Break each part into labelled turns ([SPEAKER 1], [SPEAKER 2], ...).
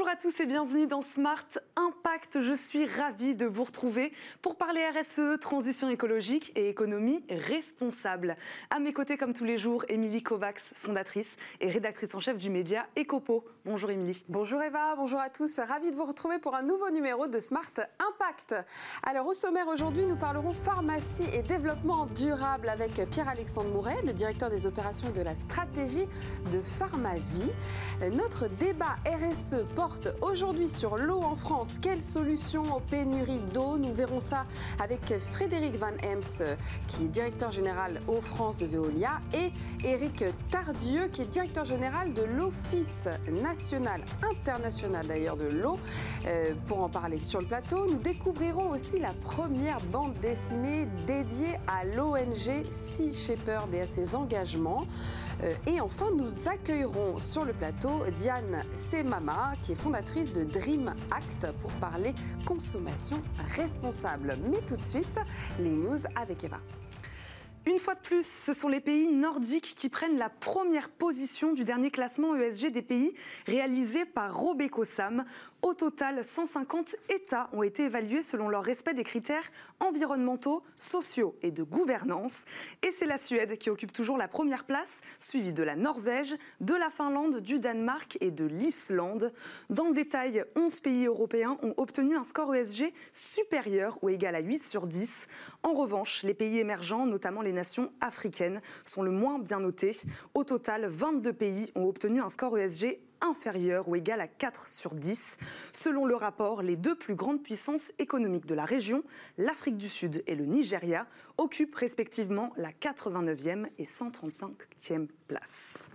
[SPEAKER 1] Bonjour à tous et bienvenue dans Smart Impact. Je suis ravie de vous retrouver pour parler RSE, transition écologique et économie responsable. À mes côtés, comme tous les jours, Émilie Kovacs, fondatrice et rédactrice en chef du média Ecopo. Bonjour Émilie.
[SPEAKER 2] Bonjour Eva, bonjour à tous. Ravie de vous retrouver pour un nouveau numéro de Smart Impact. Alors au sommaire aujourd'hui, nous parlerons pharmacie et développement durable avec Pierre-Alexandre Mouret, le directeur des opérations et de la stratégie de Pharmavie. Notre débat RSE porte aujourd'hui sur l'eau en France. Quelles solutions aux pénuries d'eau? Nous verrons ça avec Frédéric Van Hems, qui est directeur général Eau France de Veolia, et Éric Tardieu, qui est directeur général de l'Office national, international d'ailleurs de l'eau. Pour en parler sur le plateau, nous découvrirons aussi la première bande dessinée dédiée à l'ONG Sea Shepherd et à ses engagements. Et enfin, nous accueillerons sur le plateau Diane Semama, qui est fondatrice de Dream Act, pour parler consommation responsable. Mais tout de suite, les news avec Eva.
[SPEAKER 1] Une fois de plus, ce sont les pays nordiques qui prennent la première position du dernier classement ESG des pays réalisé par RobecoSAM. Au total, 150 États ont été évalués selon leur respect des critères environnementaux, sociaux et de gouvernance. Et c'est la Suède qui occupe toujours la première place, suivie de la Norvège, de la Finlande, du Danemark et de l'Islande. Dans le détail, 11 pays européens ont obtenu un score ESG supérieur ou égal à 8 sur 10. En revanche, les pays émergents, notamment les nations africaines, sont le moins bien notés. Au total, 22 pays ont obtenu un score ESG inférieur ou égal à 4 sur 10. Selon le rapport, les deux plus grandes puissances économiques de la région, l'Afrique du Sud et le Nigeria, occupent respectivement la 89e et 135e place.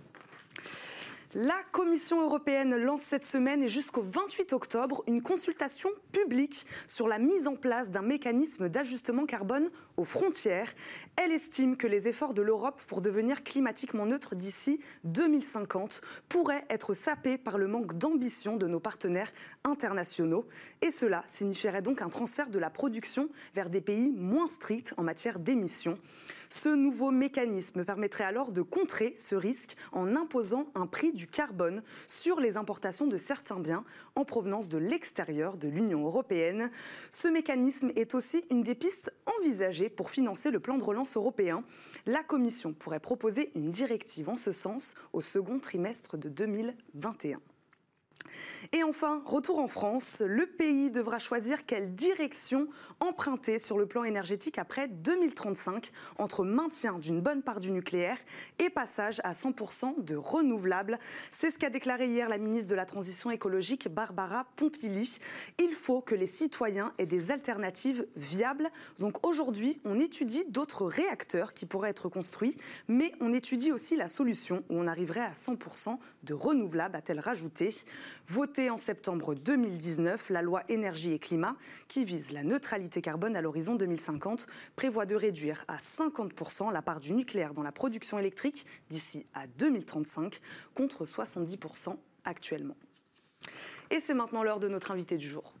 [SPEAKER 1] La Commission européenne lance cette semaine et jusqu'au 28 octobre une consultation publique sur la mise en place d'un mécanisme d'ajustement carbone aux frontières. Elle estime que les efforts de l'Europe pour devenir climatiquement neutre d'ici 2050 pourraient être sapés par le manque d'ambition de nos partenaires internationaux. Et cela signifierait donc un transfert de la production vers des pays moins stricts en matière d'émissions. Ce nouveau mécanisme permettrait alors de contrer ce risque en imposant un prix du carbone sur les importations de certains biens en provenance de l'extérieur de l'Union européenne. Ce mécanisme est aussi une des pistes envisagées pour financer le plan de relance européen. La Commission pourrait proposer une directive en ce sens au second trimestre de 2021. Et enfin, retour en France, le pays devra choisir quelle direction emprunter sur le plan énergétique après 2035, entre maintien d'une bonne part du nucléaire et passage à 100% de renouvelables. C'est ce qu'a déclaré hier la ministre de la Transition écologique, Barbara Pompili. Il faut que les citoyens aient des alternatives viables. Donc aujourd'hui, on étudie d'autres réacteurs qui pourraient être construits, mais on étudie aussi la solution où on arriverait à 100% de renouvelables, a-t-elle rajouté. Votée en septembre 2019, la loi énergie et climat, qui vise la neutralité carbone à l'horizon 2050, prévoit de réduire à 50% la part du nucléaire dans la production électrique d'ici à 2035, contre 70% actuellement. Et c'est maintenant l'heure de notre invité du jour.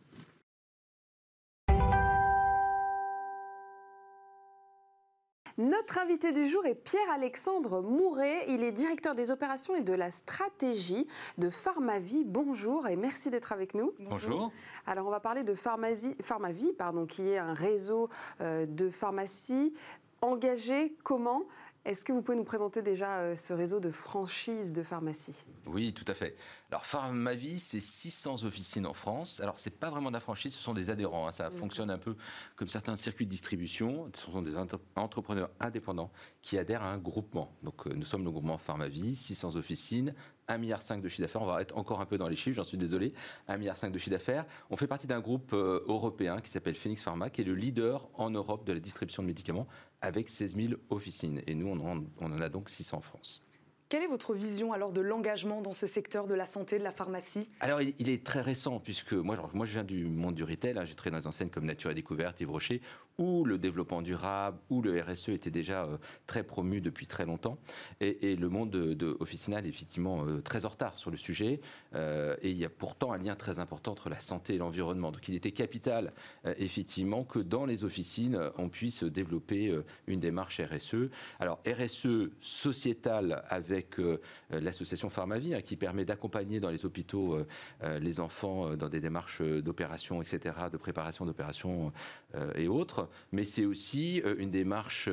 [SPEAKER 2] Notre invité du jour est Pierre-Alexandre Mouret. Il est directeur des opérations et de la stratégie de Pharmavie. Bonjour et merci d'être avec nous.
[SPEAKER 3] Bonjour.
[SPEAKER 2] Alors on va parler de Pharmavie, qui est un réseau de pharmacies engagé. Comment ? Est-ce que vous pouvez nous présenter déjà ce réseau de franchise de pharmacie ?
[SPEAKER 3] Oui, tout à fait. Alors, Pharmavie, c'est 600 officines en France. Alors, ce n'est pas vraiment de la franchise, ce sont des adhérents. Ça fonctionne un peu comme certains circuits de distribution. Ce sont des entrepreneurs indépendants qui adhèrent à un groupement. Donc, nous sommes le groupement Pharmavie, 600 officines, 1,5 milliard de chiffre d'affaires. On va être encore un peu dans les chiffres, j'en suis désolé. 1,5 milliard de chiffre d'affaires. On fait partie d'un groupe européen qui s'appelle Phoenix Pharma, qui est le leader en Europe de la distribution de médicaments, avec 16 000 officines. Et nous, on en a donc 600 en France.
[SPEAKER 1] Quelle est votre vision alors de l'engagement dans ce secteur de la santé, de la pharmacie ?
[SPEAKER 3] Alors il est très récent puisque moi je viens du monde du retail, j'ai travaillé dans des enseignes comme Nature et Découverte, Yves Rocher, où le développement durable, où le RSE était déjà très promu depuis très longtemps. Et le monde officinal est effectivement très en retard sur le sujet. Et il y a pourtant un lien très important entre la santé et l'environnement. Donc il était capital, effectivement, que dans les officines, on puisse développer une démarche RSE. Alors RSE sociétale avec l'association Pharmavie, qui permet d'accompagner dans les hôpitaux les enfants dans des démarches d'opération, etc., de préparation d'opérations et autres. Mais c'est aussi une démarche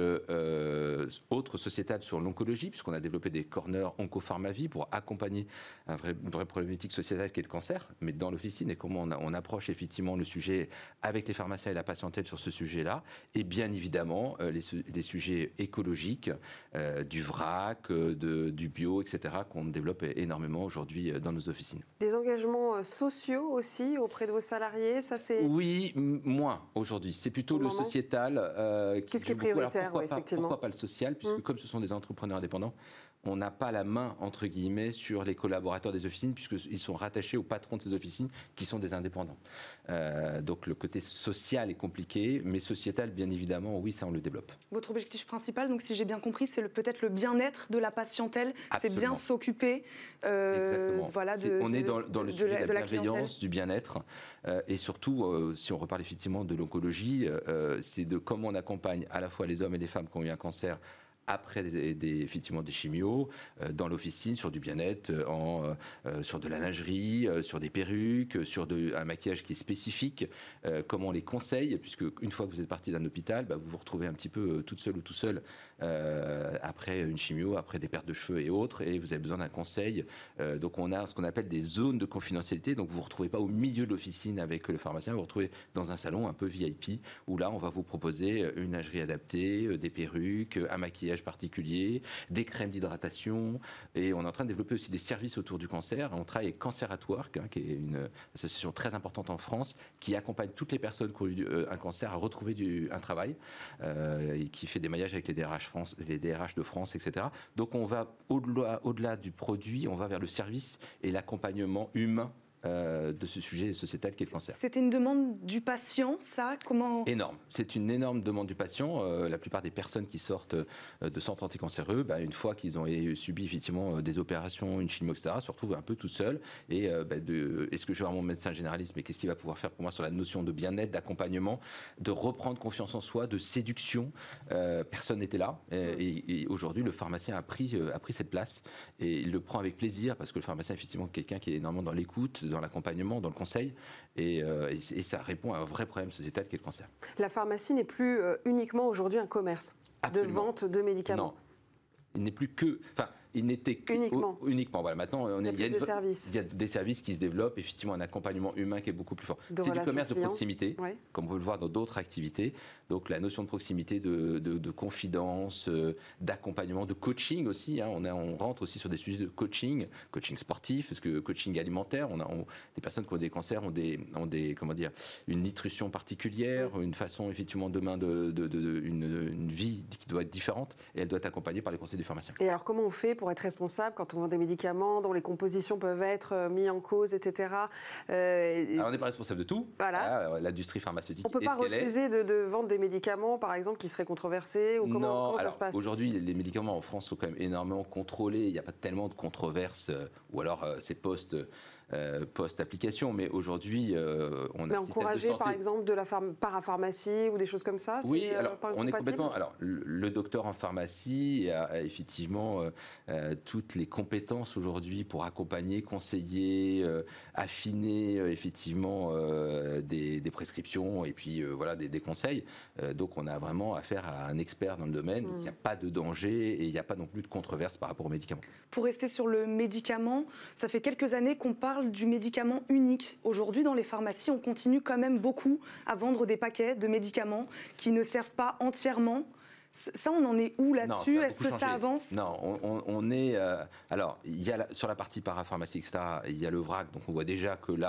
[SPEAKER 3] autre sociétale sur l'oncologie, puisqu'on a développé des corners OncoPharmavie pour accompagner une vraie problématique sociétale qui est le cancer, mais dans l'officine, et comment on approche effectivement le sujet avec les pharmaciens et la patientèle sur ce sujet-là, et bien évidemment les sujets écologiques, du vrac, du bio, etc., qu'on développe énormément aujourd'hui dans nos officines.
[SPEAKER 2] Des engagements sociaux aussi auprès de vos salariés, ça c'est...
[SPEAKER 3] Oui, moins aujourd'hui. C'est plutôt le sociétal.
[SPEAKER 2] Qu'est-ce qui est prioritaire, effectivement.
[SPEAKER 3] Pourquoi pas le social, puisque comme ce sont des entrepreneurs indépendants, on n'a pas la main, entre guillemets, sur les collaborateurs des officines, puisqu'ils sont rattachés aux patrons de ces officines, qui sont des indépendants. Donc le côté social est compliqué, mais sociétal, bien évidemment, oui, ça on le développe.
[SPEAKER 1] Votre objectif principal, donc si j'ai bien compris, c'est peut-être le bien-être de la patientèle. C'est bien s'occuper.
[SPEAKER 3] Voilà, on est dans le sujet de la bienveillance, du bien-être, et surtout, si on reparle effectivement de l'oncologie, c'est de comment on accompagne à la fois les hommes et les femmes qui ont eu un cancer après effectivement des chimios, dans l'officine, sur du bien-être, sur de la lingerie, sur des perruques, sur un maquillage qui est spécifique, comment on les conseille, puisque une fois que vous êtes parti d'un hôpital, vous vous retrouvez un petit peu toute seule ou tout seul après une chimio, après des pertes de cheveux et autres, et vous avez besoin d'un conseil. Donc on a ce qu'on appelle des zones de confidentialité, donc vous ne vous retrouvez pas au milieu de l'officine avec le pharmacien, vous vous retrouvez dans un salon un peu VIP, où là on va vous proposer une lingerie adaptée, des perruques, un maquillage particulier, des crèmes d'hydratation, et on est en train de développer aussi des services autour du cancer. On travaille avec Cancer at Work, qui est une association très importante en France, qui accompagne toutes les personnes qui ont eu un cancer à retrouver un travail, et qui fait des maillages avec les DRH de France, etc. Donc on va au-delà du produit, on va vers le service et l'accompagnement humain de ce sujet sociétal qui est le cancer.
[SPEAKER 1] C'était une demande du patient, ça? Comment...
[SPEAKER 3] Énorme. C'est une énorme demande du patient. La plupart des personnes qui sortent de centres anticancéreux, une fois qu'ils ont subi effectivement des opérations, une chimio, etc., se retrouvent un peu toutes seules. Et est-ce que je vais voir mon médecin généraliste, mais qu'est-ce qu'il va pouvoir faire pour moi sur la notion de bien-être, d'accompagnement, de reprendre confiance en soi, de séduction? Personne n'était là. Et aujourd'hui, le pharmacien a pris cette place. Et il le prend avec plaisir, parce que le pharmacien est effectivement quelqu'un qui est énormément dans l'écoute, dans l'accompagnement, dans le conseil, et ça répond à un vrai problème sociétal qui est le cancer.
[SPEAKER 2] La pharmacie n'est plus uniquement aujourd'hui un commerce de vente de médicaments.
[SPEAKER 3] Non, il n'est plus que... Il n'était
[SPEAKER 2] uniquement.
[SPEAKER 3] Voilà, maintenant, il y a des services qui se développent, effectivement, un accompagnement humain qui est beaucoup plus fort. C'est du commerce de proximité, comme on peut le voir dans d'autres activités. Donc la notion de proximité, de confidence, d'accompagnement, de coaching aussi. On rentre aussi sur des sujets de coaching sportif, parce que coaching alimentaire. Des personnes qui ont des cancers ont une nutrition particulière, une façon effectivement demain une vie qui doit être différente, et elle doit être accompagnée par les conseils du pharmacien.
[SPEAKER 2] Et alors comment on fait pour être responsable quand on vend des médicaments dont les compositions peuvent être mises en cause, etc.
[SPEAKER 3] Alors on n'est pas responsable de tout.
[SPEAKER 2] Voilà.
[SPEAKER 3] L'industrie pharmaceutique.
[SPEAKER 2] On ne peut pas refuser de vendre des médicaments, par exemple, qui seraient controversés, ou comment ça se passe?
[SPEAKER 3] Aujourd'hui, les médicaments en France sont quand même énormément contrôlés. Il n'y a pas tellement de controverses, ou alors c'est post-application, mais aujourd'hui, on a
[SPEAKER 2] mais encourager, par exemple, de la parapharmacie ou des choses comme ça?
[SPEAKER 3] Oui, alors on est complètement... Alors, le docteur en pharmacie a effectivement toutes les compétences aujourd'hui pour accompagner, conseiller, affiner effectivement des prescriptions et puis des conseils. Donc, on a vraiment affaire à un expert dans le domaine. Il n'y a pas de danger et il n'y a pas non plus de controverse par rapport aux médicaments.
[SPEAKER 1] Pour rester sur le médicament, ça fait quelques années qu'on parle du médicament unique. Aujourd'hui, dans les pharmacies, on continue quand même beaucoup à vendre des paquets de médicaments qui ne servent pas entièrement. Ça, on en est où là-dessus? Est-ce que ça avance?
[SPEAKER 3] Non, on est... alors, il y a sur la partie parapharmacie, etc., il y a le vrac, donc on voit déjà que là,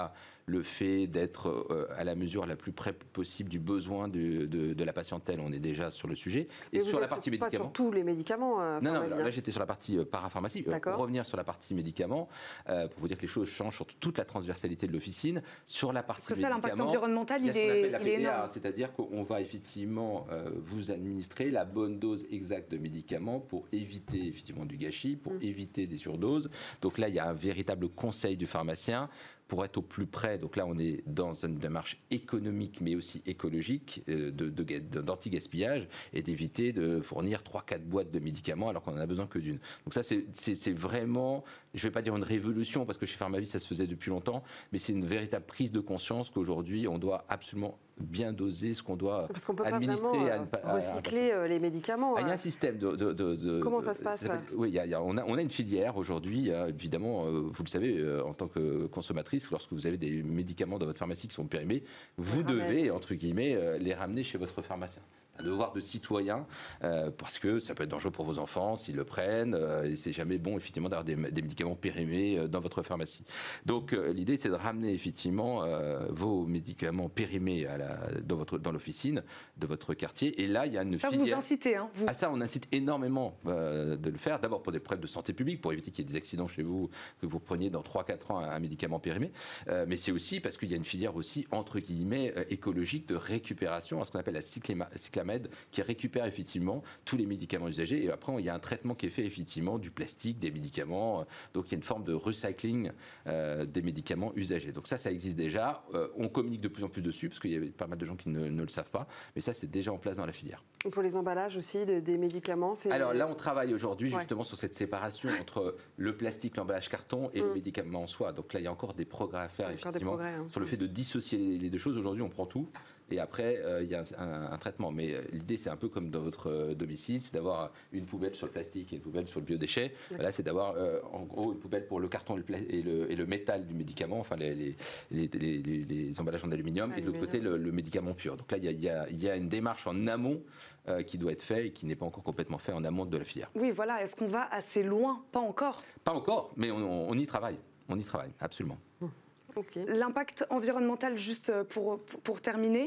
[SPEAKER 3] le fait d'être à la mesure la plus près possible du besoin de la patientèle, on est déjà sur le sujet.
[SPEAKER 2] Et sur la partie médicaments. Pas sur tous les médicaments.
[SPEAKER 3] Non, là j'étais sur la partie parapharmacie. Pour revenir sur la partie médicaments, pour vous dire que les choses changent sur toute la transversalité de l'officine. Sur la partie médicaments,
[SPEAKER 1] l'impact environnemental, il est énorme.
[SPEAKER 3] C'est-à-dire qu'on va effectivement vous administrer la bonne dose exacte de médicaments pour éviter effectivement du gâchis, pour éviter des surdoses. Donc là, il y a un véritable conseil du pharmacien pour être au plus près. Donc là, on est dans une démarche économique, mais aussi écologique, d'anti-gaspillage et d'éviter de fournir 3-4 boîtes de médicaments alors qu'on en a besoin que d'une. Donc ça, c'est vraiment, je ne vais pas dire une révolution, parce que chez Pharmavie, ça se faisait depuis longtemps, mais c'est une véritable prise de conscience qu'aujourd'hui, on doit absolument bien doser ce qu'on doit administrer.
[SPEAKER 2] Parce qu'on peut pas vraiment recycler les médicaments.
[SPEAKER 3] Il y a un système de
[SPEAKER 2] comment ça se passe?
[SPEAKER 3] Oui, on a une filière aujourd'hui, évidemment, vous le savez, en tant que consommatrice, lorsque vous avez des médicaments dans votre pharmacie qui sont périmés, vous devez, entre guillemets, les ramener chez votre pharmacien. Un devoir de citoyen, parce que ça peut être dangereux pour vos enfants s'ils le prennent, et c'est jamais bon effectivement d'avoir des médicaments périmés dans votre pharmacie. Donc l'idée, c'est de ramener effectivement vos médicaments périmés dans l'officine de votre quartier, et là il y a une filière.
[SPEAKER 1] Ça vous incitez, hein, vous.
[SPEAKER 3] À ça, on incite énormément de le faire, d'abord pour des problèmes de santé publique, pour éviter qu'il y ait des accidents chez vous, que vous preniez dans 3-4 ans un médicament périmé, mais c'est aussi parce qu'il y a une filière aussi, entre guillemets, écologique de récupération, à ce qu'on appelle la cyclamède, qui récupère effectivement tous les médicaments usagés, et après il y a un traitement qui est fait effectivement du plastique, des médicaments, donc il y a une forme de recycling des médicaments usagés. Donc ça existe déjà, on communique de plus en plus dessus, parce qu'il y a pas mal de gens qui ne le savent pas, mais ça c'est déjà en place dans la filière.
[SPEAKER 2] Et pour les emballages aussi des médicaments,
[SPEAKER 3] alors là on travaille aujourd'hui justement sur cette séparation entre le plastique, l'emballage carton et le médicament en soi. Donc là il y a encore des progrès à faire effectivement sur le fait de dissocier les deux choses. Aujourd'hui on prend tout, et après il y a un traitement. Mais l'idée, c'est un peu comme dans votre domicile, c'est d'avoir une poubelle sur le plastique et une poubelle sur le biodéchet. Là, c'est d'avoir en gros une poubelle pour le carton et le métal du médicament, enfin les emballages en aluminium, et de l'autre côté le médicament pur. Donc là, il y a une démarche en amont qui doit être faite et qui n'est pas encore complètement faite en amont de la filière.
[SPEAKER 1] Oui, voilà. Est-ce qu'on va assez loin? Pas encore.
[SPEAKER 3] Pas encore, mais on y travaille. On y travaille, absolument.
[SPEAKER 1] Okay. L'impact environnemental, juste pour terminer,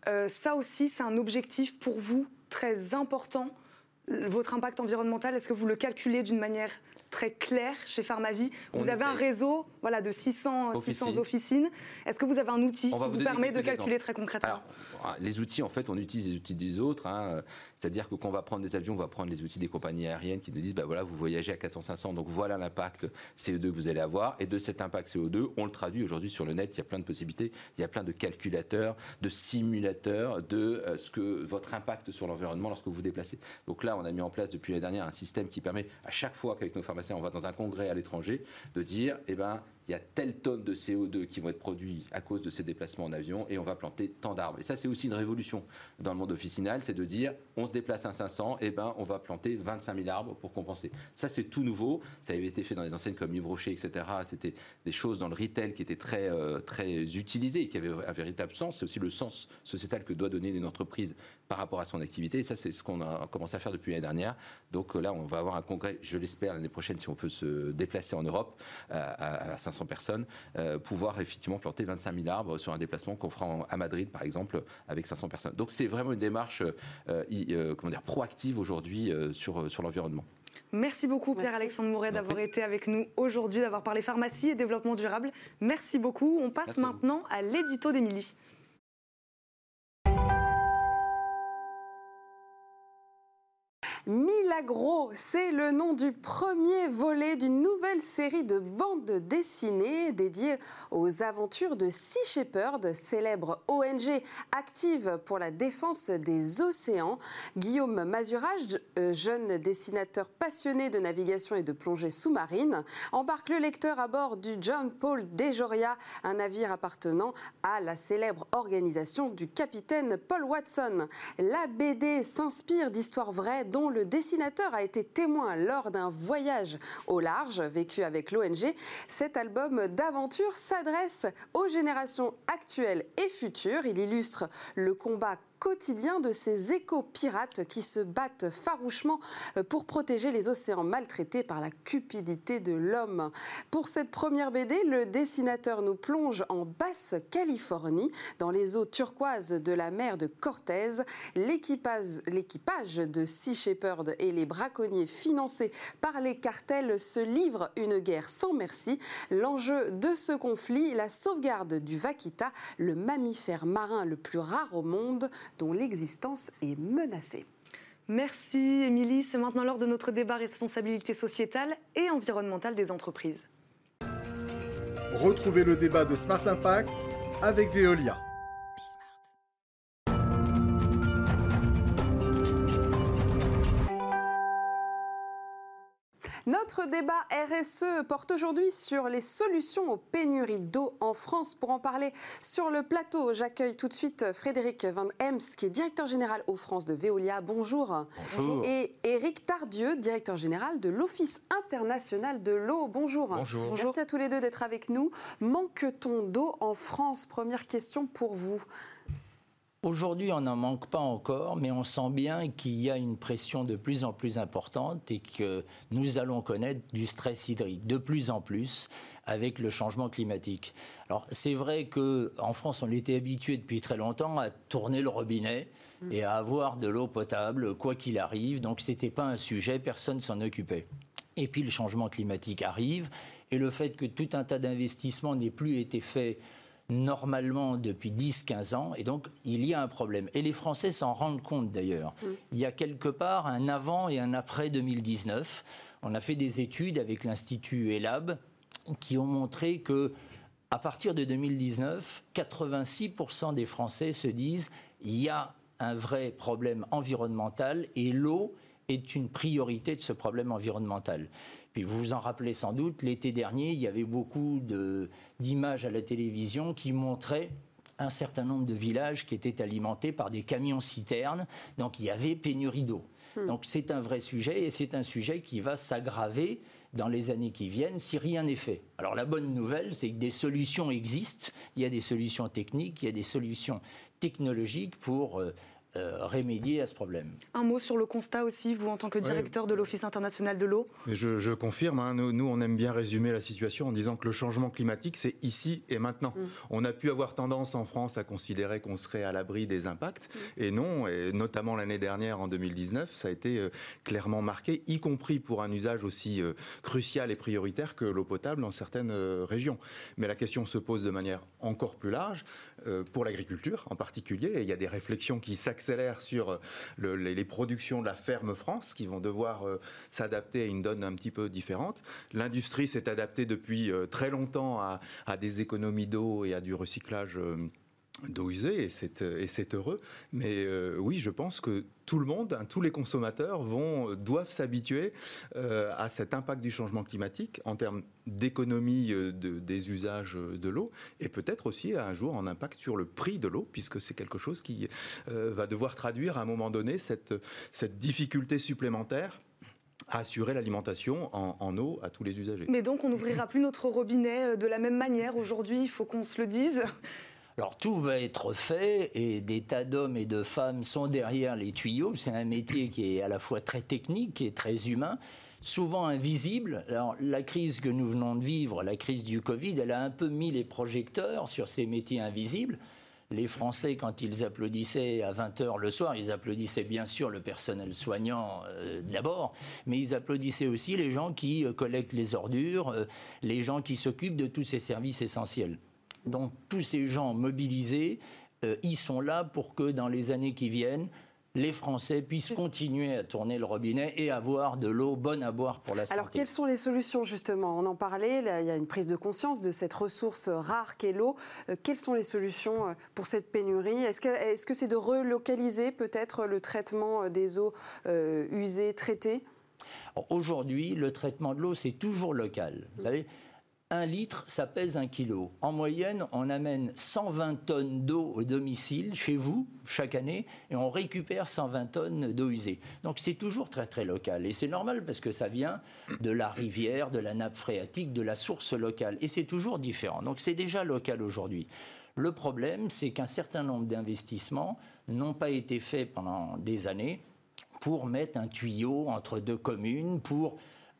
[SPEAKER 1] ça aussi, c'est un objectif pour vous très important. Votre impact environnemental, est-ce que vous le calculez d'une manière très claire chez Pharmavie? Vous avez un réseau de 600 officines. Est-ce que vous avez un outil qui vous permet de calculer très concrètement?
[SPEAKER 3] Alors, les outils, en fait, on utilise les outils des autres. C'est-à-dire que quand on va prendre des avions, on va prendre les outils des compagnies aériennes qui nous disent, voilà, vous voyagez à 400-500, donc voilà l'impact CO2 que vous allez avoir. Et de cet impact CO2, on le traduit aujourd'hui sur le net. Il y a plein de possibilités. Il y a plein de calculateurs, de simulateurs de ce que votre impact sur l'environnement lorsque vous vous déplacez. Donc là, on a mis en place depuis l'année dernière un système qui permet à chaque fois qu'avec nos pharmaciens, on va dans un congrès à l'étranger, de dire, il y a telle tonne de CO2 qui vont être produits à cause de ces déplacements en avion, et on va planter tant d'arbres. Et ça, c'est aussi une révolution dans le monde officinal, c'est de dire, on se déplace à 500, on va planter 25 000 arbres pour compenser. Ça, c'est tout nouveau. Ça avait été fait dans les enseignes comme Yves Rocher, etc. C'était des choses dans le retail qui étaient très, très utilisées et qui avaient un véritable sens. C'est aussi le sens sociétal que doit donner une entreprise par rapport à son activité. Et ça, c'est ce qu'on a commencé à faire depuis l'année dernière. Donc là, on va avoir un congrès, je l'espère, l'année prochaine, si on peut se déplacer en Europe à 500 personnes, pouvoir effectivement planter 25 000 arbres sur un déplacement qu'on fera à Madrid, par exemple, avec 500 personnes. Donc c'est vraiment une démarche proactive aujourd'hui sur l'environnement.
[SPEAKER 1] Merci beaucoup Pierre-Alexandre Mouret d'avoir été avec nous aujourd'hui, d'avoir parlé pharmacie et développement durable. Merci beaucoup. On passe maintenant à l'édito d'Émilie.
[SPEAKER 2] Milagro, c'est le nom du premier volet d'une nouvelle série de bandes dessinées dédiées aux aventures de Sea Shepherd, célèbre ONG active pour la défense des océans. Guillaume Mazurage, jeune dessinateur passionné de navigation et de plongée sous-marine, embarque le lecteur à bord du John Paul DeJoria, un navire appartenant à la célèbre organisation du capitaine Paul Watson. La BD s'inspire d'histoires vraies dont le dessinateur a été témoin lors d'un voyage au large vécu avec l'ONG. Cet album d'aventure s'adresse aux générations actuelles et futures. Il illustre le combat quotidien de ces éco-pirates qui se battent farouchement pour protéger les océans maltraités par la cupidité de l'homme. Pour cette première BD, le dessinateur nous plonge en Basse-Californie, dans les eaux turquoises de la mer de Cortez. L'équipage de Sea Shepherd et les braconniers financés par les cartels se livrent une guerre sans merci. L'enjeu de ce conflit, la sauvegarde du vaquita, le mammifère marin le plus rare au monde, dont l'existence est menacée.
[SPEAKER 1] Merci Émilie, c'est maintenant l'heure de notre débat responsabilité sociétale et environnementale des entreprises.
[SPEAKER 4] Retrouvez le débat de Smart Impact avec Veolia.
[SPEAKER 2] Notre débat RSE porte aujourd'hui sur les solutions aux pénuries d'eau en France. Pour en parler sur le plateau, j'accueille tout de suite Frédéric Van Hems, qui est directeur général Eau France de Veolia. Bonjour.
[SPEAKER 3] Bonjour.
[SPEAKER 2] Et Éric Tardieu, directeur général de l'Office international de l'eau. Bonjour.
[SPEAKER 5] Bonjour.
[SPEAKER 2] Merci à tous les deux d'être avec nous. Manque-t-on d'eau en France? Première question pour vous.
[SPEAKER 5] Aujourd'hui, on n'en manque pas encore, mais on sent bien qu'il y a une pression de plus en plus importante et que nous allons connaître du stress hydrique de plus en plus avec le changement climatique. Alors, c'est vrai qu'en France, on était habitué depuis très longtemps à tourner le robinet et à avoir de l'eau potable, quoi qu'il arrive. Donc, ce n'était pas un sujet, personne ne s'en occupait. Et puis, le changement climatique arrive et le fait que tout un tas d'investissements n'aient plus été faits normalement depuis 10-15 ans, et donc il y a un problème. Et les Français s'en rendent compte d'ailleurs. Il y a quelque part un avant et un après 2019. On a fait des études avec l'Institut ELAB qui ont montré que à partir de 2019, 86% des Français se disent il y a un vrai problème environnemental et l'eau est une priorité de ce problème environnemental. Puis vous vous en rappelez sans doute, l'été dernier, il y avait beaucoup d'images à la télévision qui montraient un certain nombre de villages qui étaient alimentés par des camions-citernes. Donc il y avait pénurie d'eau. Donc c'est un vrai sujet et c'est un sujet qui va s'aggraver dans les années qui viennent si rien n'est fait. Alors la bonne nouvelle, c'est que des solutions existent. Il y a des solutions techniques, il y a des solutions technologiques pour remédier à ce problème.
[SPEAKER 1] Un mot sur le constat aussi, vous en tant que directeur de l'Office international de l'eau.
[SPEAKER 6] Je confirme, hein, nous on aime bien résumer la situation en disant que le changement climatique c'est ici et maintenant. On a pu avoir tendance en France à considérer qu'on serait à l'abri des impacts et non, et notamment l'année dernière en 2019, ça a été clairement marqué, y compris pour un usage aussi crucial et prioritaire que l'eau potable dans certaines régions. Mais la question se pose de manière encore plus large pour l'agriculture en particulier, et il y a des réflexions qui s'accélèrent sur les productions de la ferme France qui vont devoir s'adapter à une donne un petit peu différente. L'industrie s'est adaptée depuis très longtemps à des économies d'eau et à du recyclage d'eau usée, et c'est heureux. Mais oui, je pense que tout le monde, hein, tous les consommateurs doivent s'habituer à cet impact du changement climatique en termes d'économie des usages de l'eau, et peut-être aussi un jour en impact sur le prix de l'eau, puisque c'est quelque chose qui va devoir traduire à un moment donné cette difficulté supplémentaire à assurer l'alimentation en eau à tous les usagers.
[SPEAKER 1] Mais donc on n'ouvrira plus notre robinet de la même manière aujourd'hui, il faut qu'on se le dise.
[SPEAKER 5] Alors tout va être fait et des tas d'hommes et de femmes sont derrière les tuyaux. C'est un métier qui est à la fois très technique et très humain, souvent invisible. Alors la crise que nous venons de vivre, la crise du Covid, elle a un peu mis les projecteurs sur ces métiers invisibles. Les Français, quand ils applaudissaient à 20h le soir, ils applaudissaient bien sûr le personnel soignant d'abord, mais ils applaudissaient aussi les gens qui collectent les ordures, les gens qui s'occupent de tous ces services essentiels. Donc tous ces gens mobilisés, ils sont là pour que dans les années qui viennent, les Français puissent continuer à tourner le robinet et avoir de l'eau bonne à boire pour la santé.
[SPEAKER 2] Alors quelles sont les solutions justement? On en parlait, là, il y a une prise de conscience de cette ressource rare qu'est l'eau. Quelles sont les solutions pour cette pénurie? Est-ce que c'est de relocaliser peut-être le traitement des eaux usées, traitées?
[SPEAKER 5] Aujourd'hui, le traitement de l'eau, c'est toujours local. Vous savez, 1 litre, ça pèse 1 kilo. En moyenne, on amène 120 tonnes d'eau au domicile, chez vous, chaque année, et on récupère 120 tonnes d'eau usée. Donc c'est toujours très très local. Et c'est normal parce que ça vient de la rivière, de la nappe phréatique, de la source locale. Et c'est toujours différent. Donc c'est déjà local aujourd'hui. Le problème, c'est qu'un certain nombre d'investissements n'ont pas été faits pendant des années pour mettre un tuyau entre deux communes, pour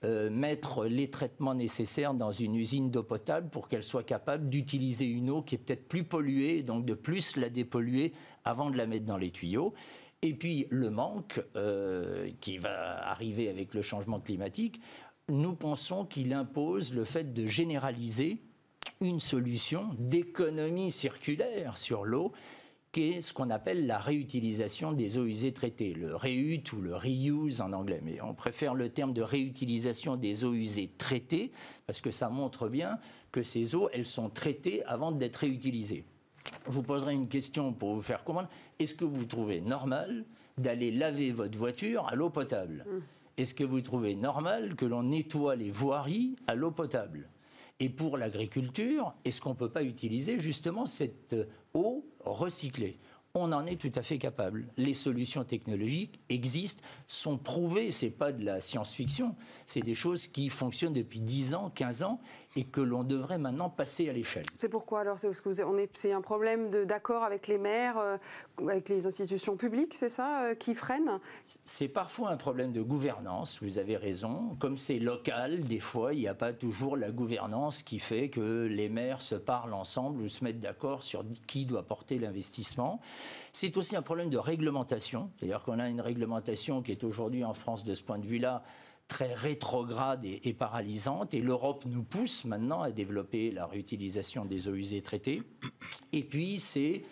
[SPEAKER 5] mettre les traitements nécessaires dans une usine d'eau potable pour qu'elle soit capable d'utiliser une eau qui est peut-être plus polluée, donc de plus la dépolluer avant de la mettre dans les tuyaux. Et puis le manque qui va arriver avec le changement climatique, nous pensons qu'il impose le fait de généraliser une solution d'économie circulaire sur l'eau, qui est ce qu'on appelle la réutilisation des eaux usées traitées, le reut ou le reuse en anglais. Mais on préfère le terme de réutilisation des eaux usées traitées, parce que ça montre bien que ces eaux, elles sont traitées avant d'être réutilisées. Je vous poserai une question pour vous faire comprendre. Est-ce que vous trouvez normal d'aller laver votre voiture à l'eau potable ? Est-ce que vous trouvez normal que l'on nettoie les voiries à l'eau potable ? Et pour l'agriculture, est-ce qu'on ne peut pas utiliser justement cette eau recyclée ? On en est tout à fait capable. Les solutions technologiques existent, sont prouvées. Ce n'est pas de la science-fiction. C'est des choses qui fonctionnent depuis 10 ans, 15 ans et que l'on devrait maintenant passer à l'échelle.
[SPEAKER 2] C'est pourquoi alors ? C'est parce que c'est un problème d'accord avec les maires, avec les institutions publiques, c'est ça, qui freinent ?
[SPEAKER 5] C'est parfois un problème de gouvernance, vous avez raison. Comme c'est local, des fois, il n'y a pas toujours la gouvernance qui fait que les maires se parlent ensemble ou se mettent d'accord sur qui doit porter l'investissement. C'est aussi un problème de réglementation. C'est-à-dire qu'on a une réglementation qui est aujourd'hui en France, de ce point de vue-là, très rétrograde et paralysante. Et l'Europe nous pousse maintenant à développer la réutilisation des eaux usées traitées. Et puis, c'est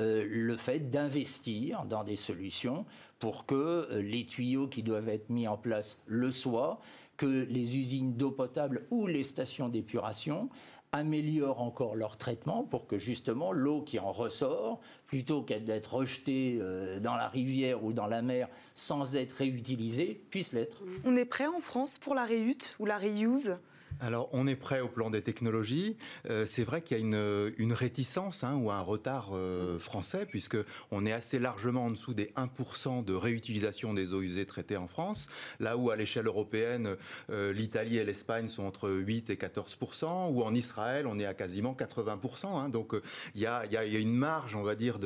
[SPEAKER 5] le fait d'investir dans des solutions pour que les tuyaux qui doivent être mis en place le soient, que les usines d'eau potable ou les stations d'épuration améliorent encore leur traitement pour que justement l'eau qui en ressort, plutôt qu'à d'être rejetée dans la rivière ou dans la mer sans être réutilisée, puisse l'être.
[SPEAKER 1] On est prêt en France pour la réhute ou la reuse ?
[SPEAKER 6] Alors, on est prêt au plan des technologies. C'est vrai qu'il y a une réticence ou un retard français, puisqu'on est assez largement en dessous des 1% de réutilisation des eaux usées traitées en France, là où à l'échelle européenne, l'Italie et l'Espagne sont entre 8 et 14%, ou en Israël, on est à quasiment 80%. Donc, il y a une marge, on va dire,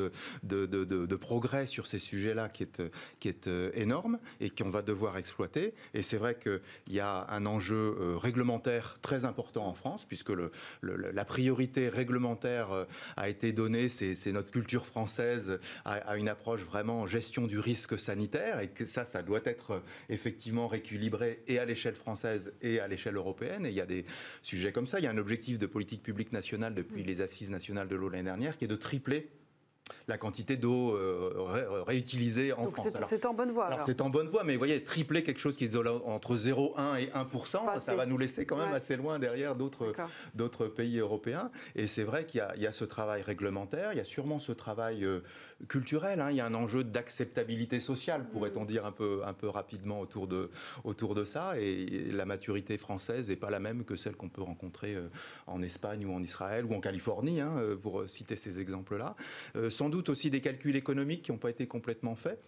[SPEAKER 6] de progrès sur ces sujets-là qui est énorme et qu'on va devoir exploiter. Et c'est vrai qu'il y a un enjeu réglementaire très important en France, puisque la priorité réglementaire a été donnée, c'est notre culture française, à une approche vraiment gestion du risque sanitaire, et que ça doit être effectivement rééquilibré et à l'échelle française et à l'échelle européenne. Et il y a des sujets comme ça. Il y a un objectif de politique publique nationale depuis les assises nationales de l'eau l'année dernière qui est de tripler la quantité d'eau réutilisée en France.
[SPEAKER 2] C'est en bonne voie.
[SPEAKER 6] Alors c'est en bonne voie, mais vous voyez, tripler quelque chose qui est entre 0,1 et 1%, ça va nous laisser quand même assez loin derrière d'autres pays européens. Et c'est vrai qu'il y a ce travail réglementaire, il y a sûrement ce travail culturel. Il y a un enjeu d'acceptabilité sociale, pourrait-on dire un peu rapidement autour de ça. Et la maturité française n'est pas la même que celle qu'on peut rencontrer en Espagne ou en Israël ou en Californie, pour citer ces exemples-là. Sans doute aussi des calculs économiques qui n'ont pas été complètement faits.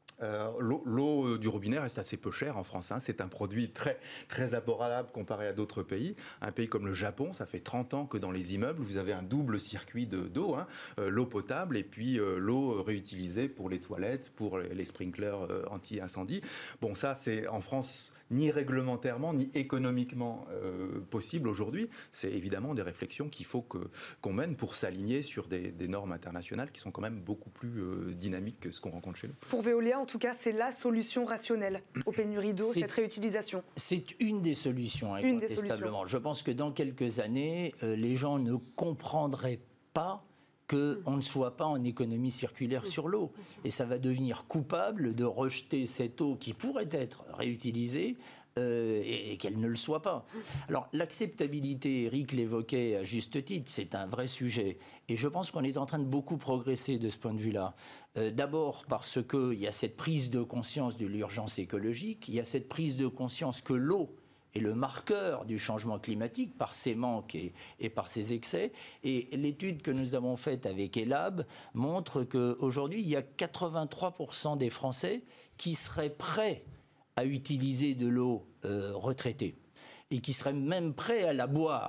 [SPEAKER 6] L'eau du robinet reste assez peu chère en France. C'est un produit très, très abordable comparé à d'autres pays. Un pays comme le Japon, ça fait 30 ans que dans les immeubles, vous avez un double circuit d'eau. L'eau potable et puis l'eau réutilisée pour les toilettes, pour les sprinklers anti-incendie. Bon, ça, c'est en France ni réglementairement, ni économiquement possible aujourd'hui. C'est évidemment des réflexions qu'il faut qu'on mène pour s'aligner sur des normes internationales qui sont quand même beaucoup plus dynamiques que ce qu'on rencontre chez nous.
[SPEAKER 1] Pour Veolia, en tout cas, c'est la solution rationnelle aux pénuries d'eau, cette réutilisation.
[SPEAKER 5] C'est une des solutions, incontestablement. Je pense que dans quelques années, les gens ne comprendraient pas qu'on ne soit pas en économie circulaire sur l'eau. Et ça va devenir coupable de rejeter cette eau qui pourrait être réutilisée et qu'elle ne le soit pas. Alors, l'acceptabilité, Eric l'évoquait à juste titre, c'est un vrai sujet. Et je pense qu'on est en train de beaucoup progresser de ce point de vue-là. D'abord parce qu'il y a cette prise de conscience de l'urgence écologique, il y a cette prise de conscience que l'eau est le marqueur du changement climatique par ses manques et par ses excès. Et l'étude que nous avons faite avec ELAB montre qu'aujourd'hui, il y a 83% des Français qui seraient prêts à utiliser de l'eau retraitée et qui seraient même prêts à la boire.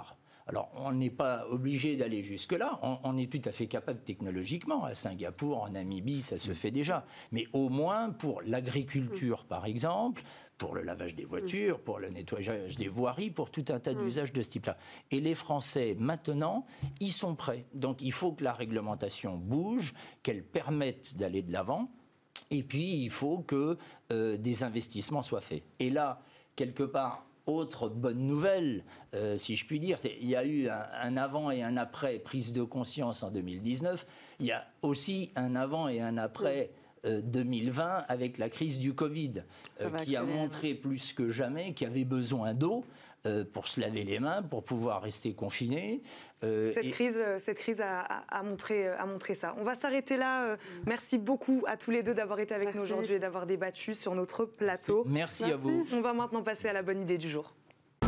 [SPEAKER 5] Alors, on n'est pas obligé d'aller jusque-là. On est tout à fait capable technologiquement. À Singapour, en Namibie, ça se fait déjà. Mais au moins pour l'agriculture, par exemple, pour le lavage des voitures, pour le nettoyage des voiries, pour tout un tas d'usages de ce type-là. Et les Français, maintenant, ils sont prêts. Donc, il faut que la réglementation bouge, qu'elle permette d'aller de l'avant. Et puis, il faut que des investissements soient faits. Et là, quelque part, autre bonne nouvelle, si je puis dire, il y a eu un avant et un après prise de conscience en 2019. Il y a aussi un avant et un après 2020 avec la crise du Covid, qui a montré plus que jamais qu'il y avait besoin d'eau pour se laver les mains, pour pouvoir rester confiné.
[SPEAKER 1] Cette crise a montré ça. On va s'arrêter là. Merci beaucoup à tous les deux d'avoir été avec nous aujourd'hui et d'avoir débattu sur notre plateau.
[SPEAKER 5] Merci à vous.
[SPEAKER 1] On va maintenant passer à la bonne idée du jour.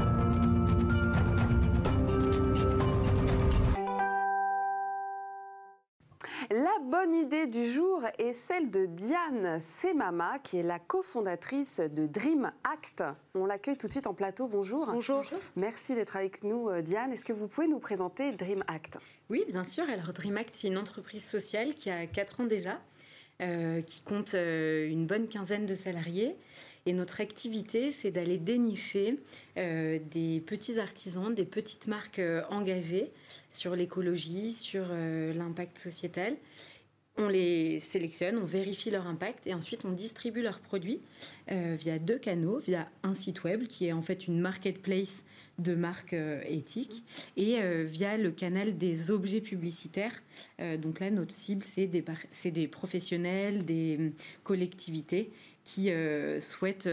[SPEAKER 2] La bonne idée du jour est celle de Diane Semama, qui est la cofondatrice de Dream Act. On l'accueille tout de suite en plateau. Bonjour.
[SPEAKER 1] Bonjour.
[SPEAKER 2] Merci d'être avec nous, Diane. Est-ce que vous pouvez nous présenter Dream Act ?
[SPEAKER 7] Oui, bien sûr. Alors, Dream Act, c'est une entreprise sociale qui a 4 ans déjà, qui compte une bonne quinzaine de salariés. Et notre activité, c'est d'aller dénicher des petits artisans, des petites marques engagées sur l'écologie, sur l'impact sociétal. On les sélectionne, on vérifie leur impact et ensuite on distribue leurs produits via 2 canaux, via un site web qui est en fait une marketplace de marques éthiques et via le canal des objets publicitaires. Donc là, notre cible, c'est des professionnels, des collectivités qui souhaitent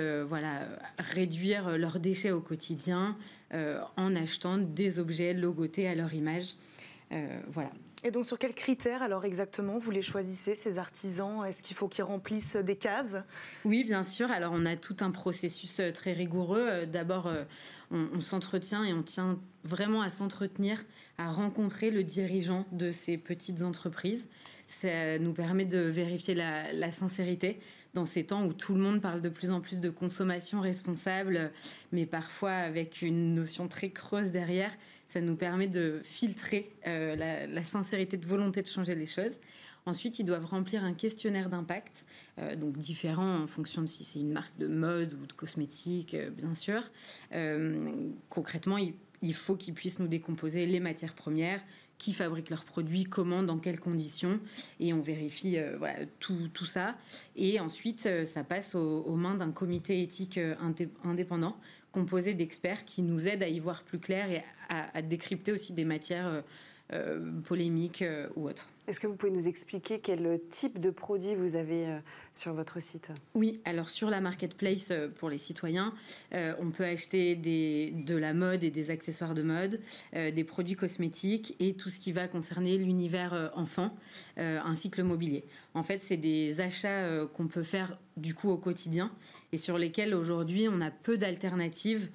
[SPEAKER 7] réduire leurs déchets au quotidien en achetant des objets logotés à leur image. Voilà.
[SPEAKER 1] Et donc sur quels critères alors exactement vous les choisissez, ces artisans ? Est-ce qu'il faut qu'ils remplissent des cases ?
[SPEAKER 7] Oui, bien sûr. Alors on a tout un processus très rigoureux. D'abord, on s'entretient et on tient vraiment à s'entretenir, à rencontrer le dirigeant de ces petites entreprises. Ça nous permet de vérifier la sincérité dans ces temps où tout le monde parle de plus en plus de consommation responsable, mais parfois avec une notion très creuse derrière. Ça nous permet de filtrer la sincérité de volonté de changer les choses. Ensuite, ils doivent remplir un questionnaire d'impact, donc différent en fonction de si c'est une marque de mode ou de cosmétiques, bien sûr. Concrètement, il faut qu'ils puissent nous décomposer les matières premières, qui fabriquent leurs produits, comment, dans quelles conditions. Et on vérifie tout ça. Et ensuite, ça passe aux mains d'un comité éthique indépendant, composé d'experts qui nous aident à y voir plus clair et à décrypter aussi des matières polémiques ou autres.
[SPEAKER 2] Est-ce que vous pouvez nous expliquer quel type de produit vous avez sur votre site ?
[SPEAKER 7] Oui, alors sur la marketplace pour les citoyens, on peut acheter de la mode et des accessoires de mode, des produits cosmétiques et tout ce qui va concerner l'univers enfant, ainsi que le mobilier. En fait, c'est des achats qu'on peut faire du coup au quotidien et sur lesquels aujourd'hui on a peu d'alternatives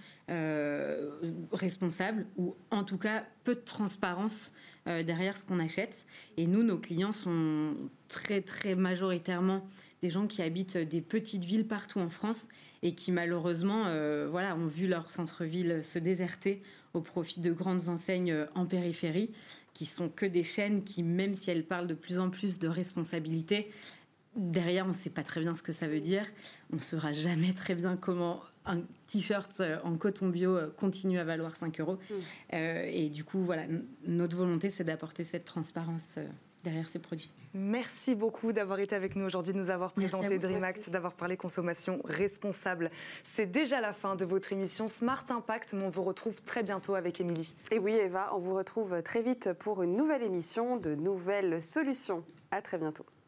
[SPEAKER 7] responsables ou en tout cas peu de transparence derrière ce qu'on achète. Et nous, nos clients sont très, très majoritairement des gens qui habitent des petites villes partout en France et qui, malheureusement, ont vu leur centre-ville se déserter au profit de grandes enseignes en périphérie, qui sont que des chaînes qui, même si elles parlent de plus en plus de responsabilité, derrière, on ne sait pas très bien ce que ça veut dire. On ne saura jamais très bien comment un t-shirt en coton bio continue à valoir 5 €. Et du coup, voilà, notre volonté, c'est d'apporter cette transparence derrière ces produits.
[SPEAKER 1] Merci beaucoup d'avoir été avec nous aujourd'hui, de nous avoir présenté Dream Act, d'avoir parlé consommation responsable. C'est déjà la fin de votre émission Smart Impact, mais on vous retrouve très bientôt avec Émilie.
[SPEAKER 2] Et oui, Eva, on vous retrouve très vite pour une nouvelle émission de nouvelles solutions. À très bientôt.